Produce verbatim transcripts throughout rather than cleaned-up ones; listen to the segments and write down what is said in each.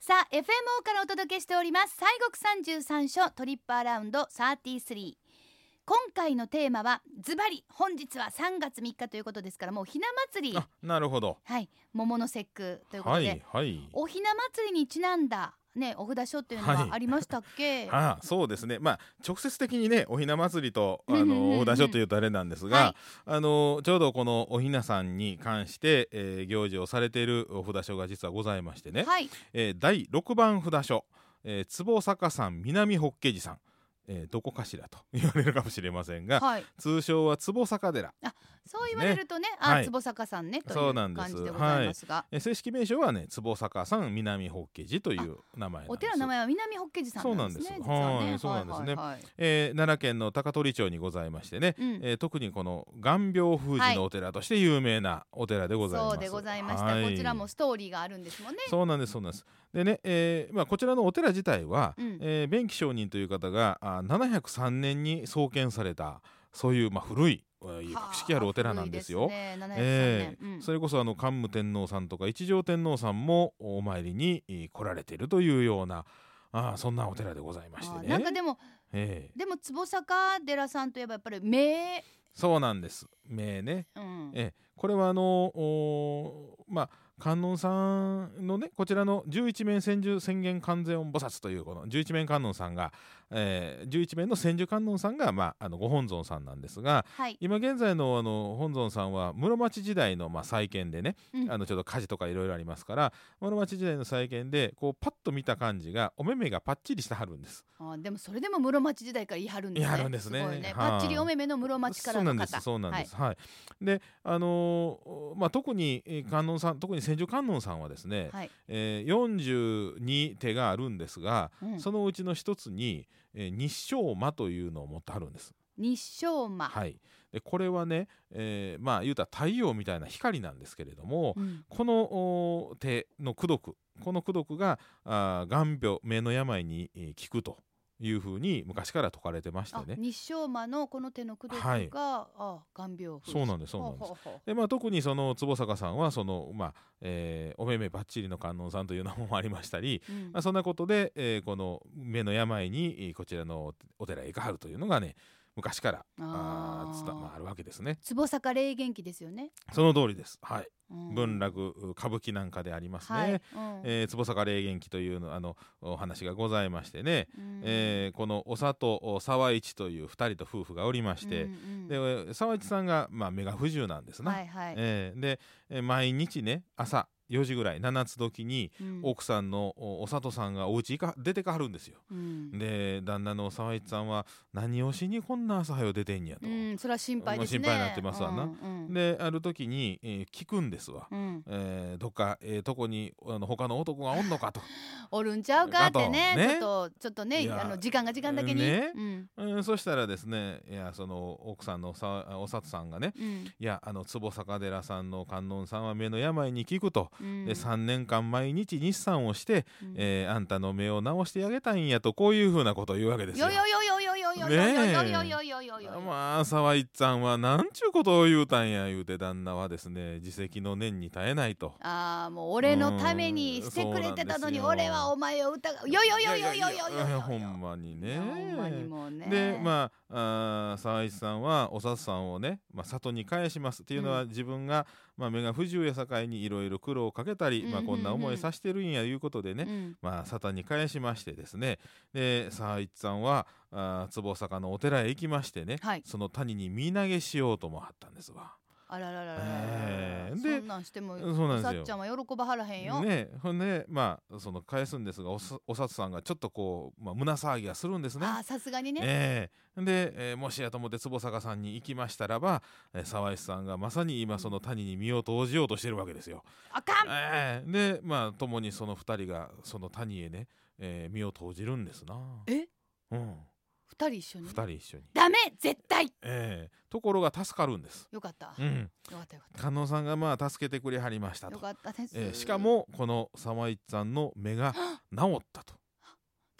さあ エフエムオー からお届けしております西国三十三所トリップアラウンドさんじゅうさん。今回のテーマはズバリ本日はさんがつみっかということですから、もうひな祭り、 あ、なるほど。 はい、桃の節句ということで、 はいはい。 おひな祭りにちなんだね、お札書っていうのはありましたっけ？ ああ、そうですね。まあ直接的にね、おひな祭りとあうんうんうんうんのお札書というとあれなんですが、 はいあのちょうどこのおひなさんに関して、えー行事をされているお札書が実はございましてね、 はい、 えーだいろくばん札書、えー、坪坂山南法華寺さん、えーどこかしらと言われるかもしれませんが、 はい、 通称は坪坂寺。 あ、そう言われるとね、あ、 はい坪坂さんねというそうなんです感じでございますが、 えー正式名称はね、坪坂山南法華寺という名前なんです。 お寺の名前は南法華寺さんなんですね。 そうなんです。 実はね、 はいそうなんですねはいはいはい、 えー奈良県の高取町にございましてね、 うんえー特にこの眼病封じのお寺として有名なお寺でございます。 そうでございました、 はいこちらもストーリーがあるんですもんね。 そうなんですそうなんです。でね、えーまあ、こちらのお寺自体は、 うんえー弁慶上人という方があななひゃくさんねんに創建された、そういう、まあ、古いえー格式あるお寺なんですよ。 古いですね、ななひゃくさんねん、 えーうんそれこそあの桓武天皇さんとか一条天皇さんもお参りにえー来られているというような、あーそんなお寺でございましてあね。 なんかでもえーでも坪坂寺さんといえばやっぱり名、 そうなんです。名ね。 うんえーこれはあのおーまあ観音さんのね、こちらの十一面千手千眼観世音菩薩というこの十一面観音さんが、えー、十一面の千手観音さんが、まあ、あのご本尊さんなんですが、 はい今現在のあの本尊さんは室町時代のまあ再建でね、 うん、 あのちょっと火事とかいろいろありますから、室町時代の再建でこうパッと見た感じがお目目がパッチリしてはるんです。 あでもそれでも室町時代から言い張るんですね。 言い張るんですねごいね、 はいパッチリお目目の室町からの方。 そうなんですそうなんです、はいであのーまあ、特にえー観音さん、特に千手観音さんはですね、 はい、はい、 えーよんじゅうに手があるんですが、 うん、 そのうちの一つに、えー日照魔というのを持ってはるんです。 日照魔、 はいでこれはね、えーまあ言うたら太陽みたいな光なんですけれども、 うん、 このお手の功徳、この功徳があー眼病、目の病にえー効くというふうに昔から説かれてましてあね。 日照魔のこの手の功徳が、 はいあ眼病封じ、 そうなんですそうなんですほうほうほう、 で、まあ、特にその坪坂さんはその、まあえーお目目ばっちりの観音さんというのもありましたり、 うんまあ、そんなことで、えーこの目の病にえーこちらのお寺へ行かはるというのがね、昔からああーーつた、まあ、あるわけですね。 坪坂霊元気ですよね。 その通りです。はい、 うん文楽歌舞伎なんかでありますね。 はい、うんえー坪坂霊元気というのあのお話がございましてね、 うんえーこのお里沢市というふたりと夫婦がおりまして、 うんうんで沢市さんが、まあ、目が不自由なんですな。 はいはい、 えーで、えー毎日ね、朝よじぐらい七つ時にうん奥さんのおお里さんがお家か出てかはるんですよ。 うんで旦那の沢市さんは何をしにこんな朝早出てんやと、 うん、それは心配ですね。 もう心配になってますわなうんうんである時に、えー聞くんですわ、 うんえーどっかええとこにあの他の男がおんのかとおるんちゃうかってね、 だとねちょっとちょっとね、 いやあの時間が時間だけに、 ねうんうん、そしたらですね、いやその奥さんのさお里さんがね、 うんいやあの坪坂寺さんの観音さんは目の病に効くと、 うんでさんねんかん毎日日産をして、 うんえーあんたの目を治してあげたいんやと、こういうふうなことを言うわけですよ。 よよよよよよよよねえよよよよよよよ、 まあ沢井さんはなんちゅうことを言うたんや言うて、旦那はですね自責の念に耐えないと。 ああもう俺のためにしてくれてたのに、 うんそうなんですよ俺はお前を疑う、よよよよよよよよいやいやいやほんまにね。 ほんまにもうね。 でまああー沢井さんはお里さんをね、まあ、里に返しますっていうのは、 うん自分が、まあ、目が不自由やさかいにいろいろ苦労をかけたり、まあ、 うんうんうんこんな思いさしてるんやいうことでね、 うんまあ、里に返しましてですね、で沢井さんはあー坪坂のお寺へ行きましてね、 はい、 その谷に身投げしようともはったんですわ。 あららららら、 えーでそんなんしてもそうなんですよおさっちゃんは喜ばはらへんよ。 ねほんでまあその返すんですが、おさお里さんがちょっとこう、まあ、胸騒ぎがするんですね。 ああさすがにね。 ええで、えーもしやと思って坪坂さんに行きましたらば、えー沢石さんがまさに今その谷に身を投じようとしてるわけですよ。 あかん、 ええでまあ共にその二人がその谷へね、えー身を投じるんですな。 えうん二人一緒に二人一緒に。 ダメ絶対ええところが助かるんです。 よかった、ようんかったよかっ観音さんがまあ助けてくれはりましたたよと。 かったです、 えーしかもこの沢井さんの目が治ったと。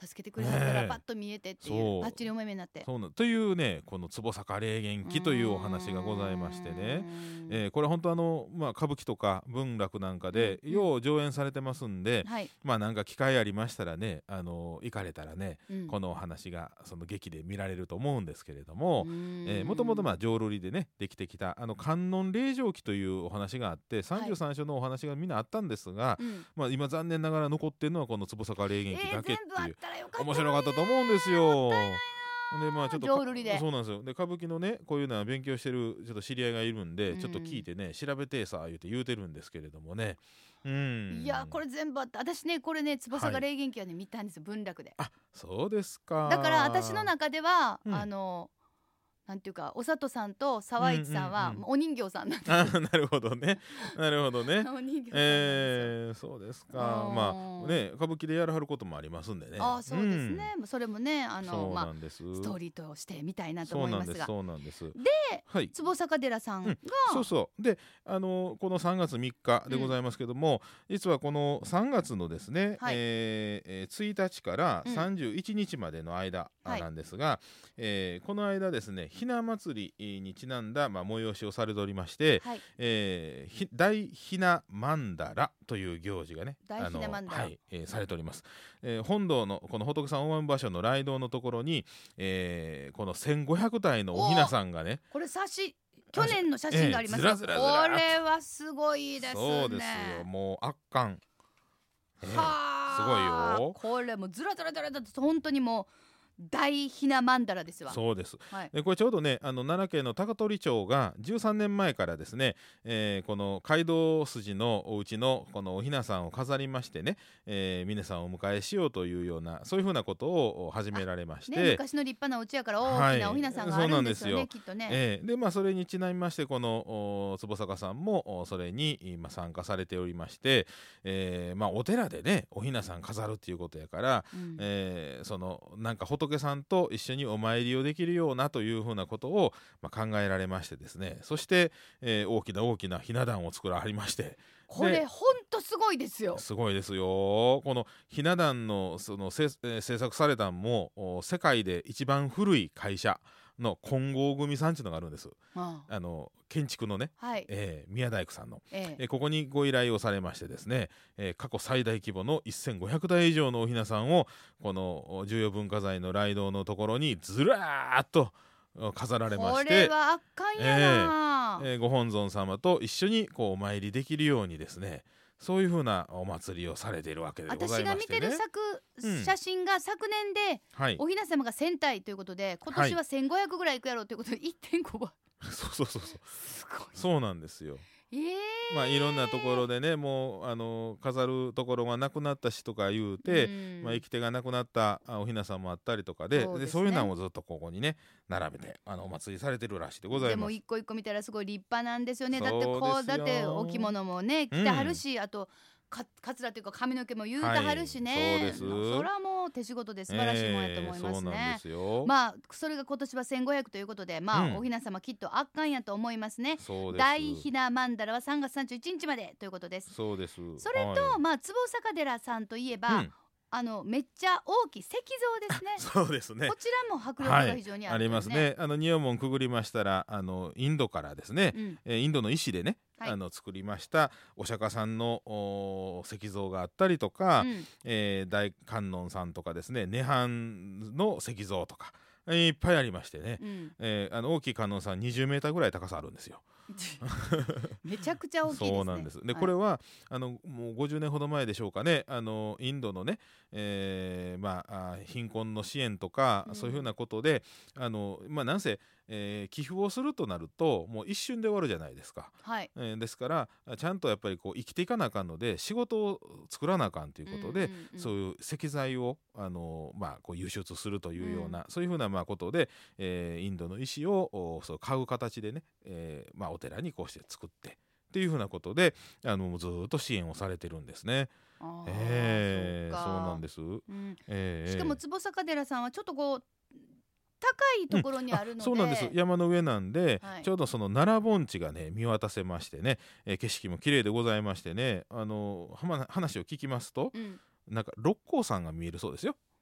助けてくれはったねえらパッと見えてっていそううバッチリお目目になって。 そうなというねこの坪坂霊元記というお話がございましてね、えーこれ本当あの、まあ、歌舞伎とか文楽なんかでうんうんよう上演されてますんで、 はい、 まあなんか機会ありましたらねあの行かれたらね、 うんこのお話がその劇で見られると思うんですけれども、 うーんえー、もともとまあ浄瑠璃でねできてきたあの観音霊場記というお話があってさんじゅうさん章のお話がみんなあったんですが、 うんまあ、今残念ながら残ってるのはこの坪坂霊元記えー、 だけって全部あっいう、 たらよかった面白かったと思うんですよ。でまあちょっとか浄瑠璃でそうなんですよ。で歌舞伎のねこういうのは勉強してるちょっと知り合いがいるんで、 うんちょっと聞いてね調べてさ言うて言うてるんですけれどもね。うんいやこれ全部あった。私ねこれね坪坂霊元記はね見たんですよ文楽で。 あそうですか。 だから私の中では、 うんあのなんていうかお里さんと沢市さんはうんうんうんお人形さんなんですよ。 あなるほどねなるほどね。 お人形さんなんですよ。 えー、そうですか。 うんまあね歌舞伎でやらはることもありますんでね。 ああそうですね、それもねあうん。そうのまあなんです。 ストーリーとしてみたいなとそうなんです思いますが、 そうなんです。 ではい。 坪坂寺さんが、 うんそうそうであのこのさんがつみっかでございますけども、実はこのさんがつのですね、 はいえーえーついたちからうんさんじゅういちにちまでの間はいなんですが、えーこの間ですねひな祭りにちなんだ、まあ、催しをされておりまして、 はいえーひ大ひな曼荼羅という行事がね大ひな曼荼羅あのはいえーされております、えー本堂のこの仏さん大盤場所の来堂のところに、えーこのせんごひゃくたいのおひなさんがねこれ写真去年の写真がありますよ、 ええずらずらずらこれはすごいですね。 そうですよもう圧巻、えーはあすごいよこれもうずらずらずらずらって本当にもう大ひな曼荼羅ですわ。 そうです。 はい、 でこれちょうどねあの奈良県の高取町がじゅうさんねんまえからですね、えーこの街道筋のお家のこのおひなさんを飾りましてね、えー皆さんをお迎えしようというようなそういうふうなことを始められまして、 ね、昔の立派なお家やから大きなおひなさんがあるんですよね、 はいきっとね。 えーでまあそれにちなみましてこのお坪坂さんもおそれに今参加されておりまして、えーまあお寺でねおひなさん飾るっていうことやから、 うんえーそのなんか仏さんと一緒にお参りをできるようなというふうなことを、まあ、考えられましてですねそして、えー大きな大きなひな壇を作らはりましてこれほんとすごいですよ。 すごいですよこのひな壇のそのせ、えー制作されたんもお世界で一番古い会社の金剛組さんっていうのがあるんです。 あああの建築のね、 はい、 えー宮大工さんの、 えええーここにご依頼をされましてですね、えー過去最大規模のせんごひゃくだい以上のおひなさんをこのお重要文化財の来堂のところにずらーっとお飾られまこしてれは圧巻やな、 えーご本尊様と一緒にこうお参りできるようにですねそういうふうなお祭りをされているわけでござ私が見いましてね。 てる作、 うん写真が昨年ではい、 おひな様がせんたいということで今年はせんごひゃくぐらいいくやろうということで いってんご 倍そうそうそうそうすごい。 そうなんですよ。 えーまあいろんなところでねもうあの飾るところがなくなったしとか言うて、 うんまあ、生き手がなくなったあおひなさんもあったりとかでそうですねでそういうのをずっとここにね並べてあのお祭りされてるらしいでございでもます。 一個一個見たらすごい立派なんですよね。だってそうですよこうだってお着物もね着てはるし、あとかかつらというか髪の毛も言うてはるしね、 はいそうですそれはもう手仕事で素晴らしいもんやと思いますえーそうなんねで。すよ。 まあそれが今年はせんごひゃくということでまあ、 うんおひな様きっと圧巻やと思いますね。 そうです大ひな曼荼羅はさんがつさんじゅういちにちまでということです。 そうです。 それと、 はいまあ坪坂寺さんといえば、 うんあのめっちゃ大きい石像ですね。 そうですねこ。ちらも迫力が非常にあありるというますね。あの仁王門くぐりましたらあのインドからですね、 うんえーインドの石でね、 はいあの作りましたお釈迦さんのお石像があったりとか、 うんえー大観音さんとかですね涅槃の石像とか、えーいっぱいありましてね、 うんえーあの大きい観音さんにじゅうメーターぐらい高さあるんですよ。 めちゃくちゃ大きいですね。 そうなんです。で、 はいこれはあのもうごじゅうねんほど前でしょうかね、あのインドのね、えーまああ貧困の支援とか、 うんそういうふうなことで、あのまあなんせ、えー寄付をするとなるともう一瞬で終わるじゃないですか。 はいえーですからちゃんとやっぱりこう生きていかなあかんので仕事を作らなあかんということで、 うんうんうんそういう石材をあの、まあ、こう輸出するというような、そういうふうなまあことで、えーインドの石をおそう買う形でね、えーまあ、お寺にこうして作ってっていうふうなことであのずーっと支援をされてるんですね。 あーえーそかそううなんです。 うんえーしかも坪坂寺さんはちょっとこう高いところにあるので、 あそうなんです。山の上なんで、 はいちょうどその奈良盆地がね見渡せましてね、えー景色も綺麗でございましてね、あのはま話を聞きますと、 うんなんか六甲山が見えるそうですよ。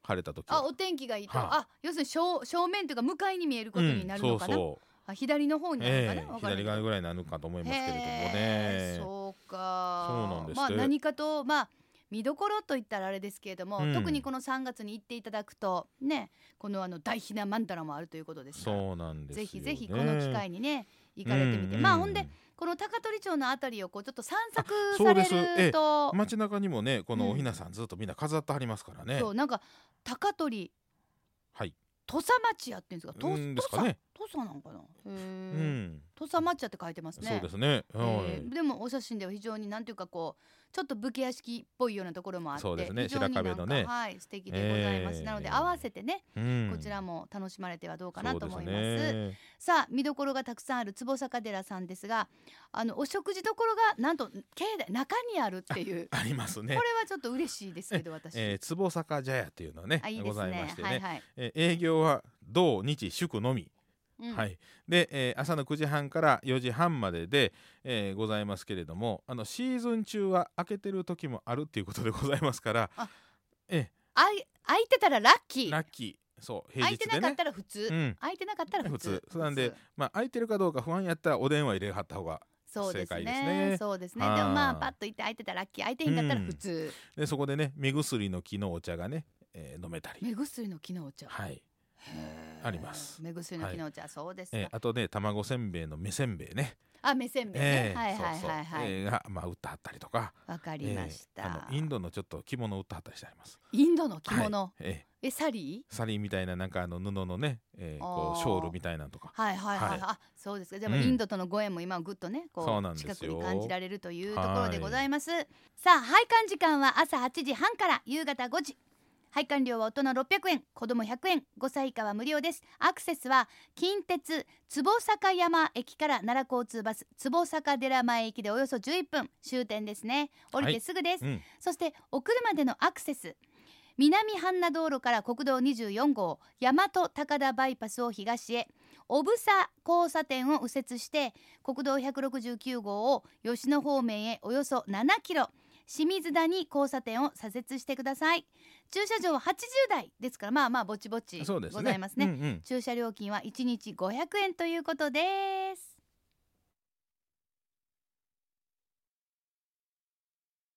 晴れた時は。 あお天気がいいと、 はあ要するに 正, 正面というか向かいに見えることになるのかな、 うん、そうそうあ左の方になるのかな、 ええわからない左側ぐらいになるかと思いますけれどもね。 へーそうかそうなんですってまあ何かとまあ見どころといったらあれですけれども、 うん特にこのさんがつに行っていただくとねこのあの大ひな曼荼羅もあるということですからそうなんですよね。 ぜひぜひこの機会にね行かれてみて、 うんまあほんでこの高取町のあたりをこうちょっと散策あそうですされると、 街中にもねこのうんおひなさんずっとみんな飾ってはりますからね。 そうなんか高取はい土佐町屋っていうんですか、とうんですかね。 土佐なんかな、へうーん、 土佐町屋って書いてますね。 そうですね。 えはいーでもお写真では非常になんていうかこうちょっと武家屋敷っぽいようなところもあって、 そうですね非常になんか白壁のねはい素敵でございます、 えーなので合わせてね、 うんこちらも楽しまれてはどうかなと思います。 そうですね。 さあ見どころがたくさんある坪坂寺さんですが、あのお食事どころがなんと境内中にあるっていうありますね。 これはちょっと嬉しいですけど私、 えー、坪坂茶屋っていうのはねあいいでごすねざいましてね、 はいはい、 えー営業は土日祝のみ、 うんはいで、えー朝のくじはんからよじはんまでで、えーございますけれども、あのシーズン中は開けてる時もあるっていうことでございますから、 あえあい空いてたらラッキー、 ーラッキー、そう平空いて日でねなかったら普通、 うん空いてなかったら普普通通そうなんで普通まあ空いてるかどうか不安やったらお電話入れはった方がそうです正解ですねね。 そうですね。 はあでもまあパッと行って空いてたらラッキー、空いてへんかったら普通、 でそこでね目薬の木のお茶がね、えー飲めたり、 目薬の木のお茶、 はいへーあります目薬の木のお茶、そうですか、 えーあとね卵せんべいの目せんべいね、 あ目せんべいね、 えーはいはいそうそうはいはい、 えーがまあ売ってはったりとか、 わかりました、 えーあのインドのちょっと着物売ってはったりしてあります。 インドの着物、 はいええサリーーサリーみたいななんかあの布のね、えーこあーうショールみたいなのとか、 はいはいはい、 はいあそうですか。でもうんインドとのご縁も今ぐっとねこそうなんですよ近くに感じられるというところでございます。さあ拝観時間は朝はちじはんから夕方ごじ、拝観料は大人ろっぴゃくえん、子供ひゃくえん、ごさい以下は無料です。アクセスは近鉄坪坂山駅から奈良交通バス坪坂寺前駅でおよそじゅういっぷん、終点ですね。降りてすぐです、 うんそしてお車でのアクセス、南阪奈道路から国道にじゅうよんごう大和高田バイパスを東へ、小房交差点を右折して国道ひゃくろくじゅうきゅうごうを吉野方面へおよそななキロ、清水谷交差点を左折してください。駐車場ははちじゅうだいですからまあまあぼちぼちごそうですねざいますね。 うんうん駐車料金はいちにちごひゃくえんということです。